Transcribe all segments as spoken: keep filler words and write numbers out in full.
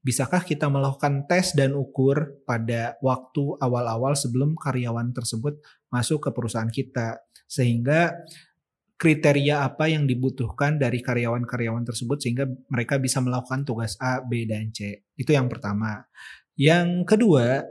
bisakah kita melakukan tes dan ukur pada waktu awal-awal sebelum karyawan tersebut masuk ke perusahaan kita, sehingga kriteria apa yang dibutuhkan dari karyawan-karyawan tersebut sehingga mereka bisa melakukan tugas A, B, dan C. Itu yang pertama. Yang kedua,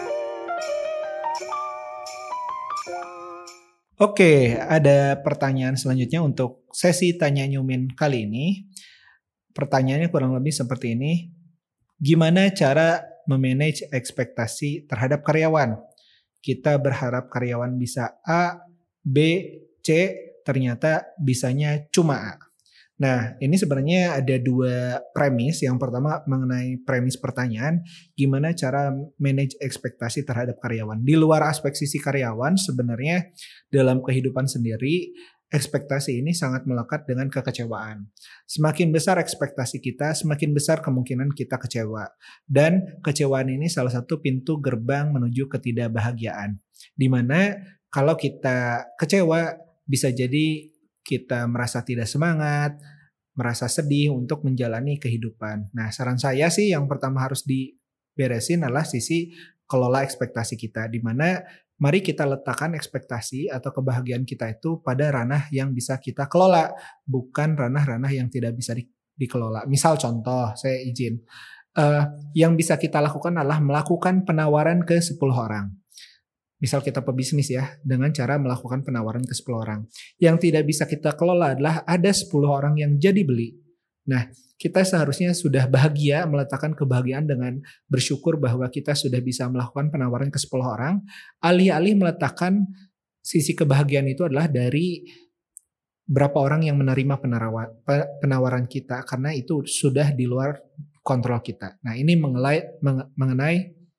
oke, ada pertanyaan selanjutnya untuk sesi Tanya Nyumin kali ini. Pertanyaannya kurang lebih seperti ini. Gimana cara memanage ekspektasi terhadap karyawan? Kita berharap karyawan bisa A, B, C, ternyata bisanya cuma A. Nah, ini sebenarnya ada dua premis. Yang pertama mengenai premis pertanyaan, gimana cara manage ekspektasi terhadap karyawan. Di luar aspek sisi karyawan, sebenarnya dalam kehidupan sendiri, ekspektasi ini sangat melekat dengan kekecewaan. Semakin besar ekspektasi kita, semakin besar kemungkinan kita kecewa. Dan kecewaan ini salah satu pintu gerbang menuju ketidakbahagiaan. Dimana kalau kita kecewa, bisa jadi kita merasa tidak semangat, merasa sedih untuk menjalani kehidupan. Nah, saran saya sih yang pertama harus diberesin adalah sisi kelola ekspektasi kita. Di mana mari kita letakkan ekspektasi atau kebahagiaan kita itu pada ranah yang bisa kita kelola, bukan ranah-ranah yang tidak bisa di, dikelola. Misal contoh, saya izin. Uh, yang bisa kita lakukan adalah melakukan penawaran ke sepuluh orang. Misal kita pebisnis ya, dengan cara melakukan penawaran ke sepuluh orang. Yang tidak bisa kita kelola adalah ada sepuluh orang yang jadi beli. Nah, kita seharusnya sudah bahagia meletakkan kebahagiaan dengan bersyukur bahwa kita sudah bisa melakukan penawaran ke sepuluh orang. Alih-alih meletakkan sisi kebahagiaan itu adalah dari berapa orang yang menerima penawaran, penawaran kita. Karena itu sudah di luar kontrol kita. Nah, ini mengenai, mengenai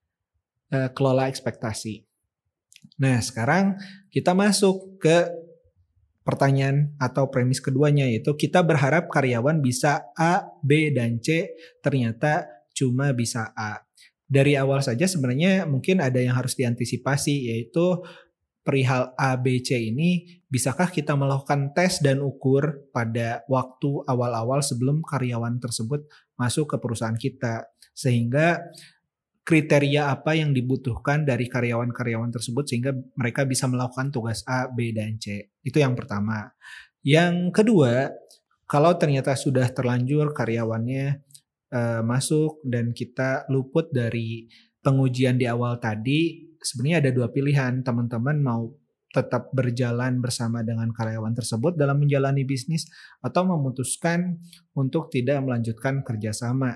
uh, kelola ekspektasi. Nah, sekarang kita masuk ke pertanyaan atau premis keduanya, yaitu kita berharap karyawan bisa A, B, dan C, ternyata cuma bisa A. Dari awal saja sebenarnya mungkin ada yang harus diantisipasi, yaitu perihal A, B, C ini, bisakah kita melakukan tes dan ukur pada waktu awal-awal sebelum karyawan tersebut masuk ke perusahaan kita, sehingga kriteria apa yang dibutuhkan dari karyawan-karyawan tersebut sehingga mereka bisa melakukan tugas A, B, dan C. Itu yang pertama. Yang kedua, kalau ternyata sudah terlanjur karyawannya uh, masuk dan kita luput dari pengujian di awal tadi, sebenarnya ada dua pilihan. Teman-teman mau tetap berjalan bersama dengan karyawan tersebut dalam menjalani bisnis atau memutuskan untuk tidak melanjutkan kerjasama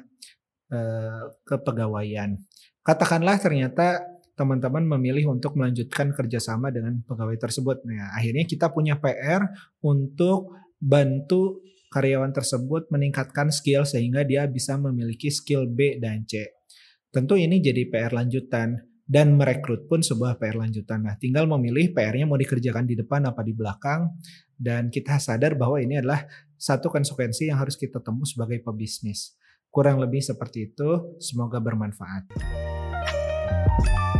uh, kepegawaian. Katakanlah ternyata teman-teman memilih untuk melanjutkan kerjasama dengan pegawai tersebut. Nah, akhirnya kita punya P R untuk bantu karyawan tersebut meningkatkan skill sehingga dia bisa memiliki skill B dan C. Tentu ini jadi P R lanjutan dan merekrut pun sebuah P R lanjutan. Nah, tinggal memilih P R-nya mau dikerjakan di depan apa di belakang, dan kita sadar bahwa ini adalah satu konsekuensi yang harus kita tempuh sebagai pebisnis. Kurang lebih seperti itu, semoga bermanfaat.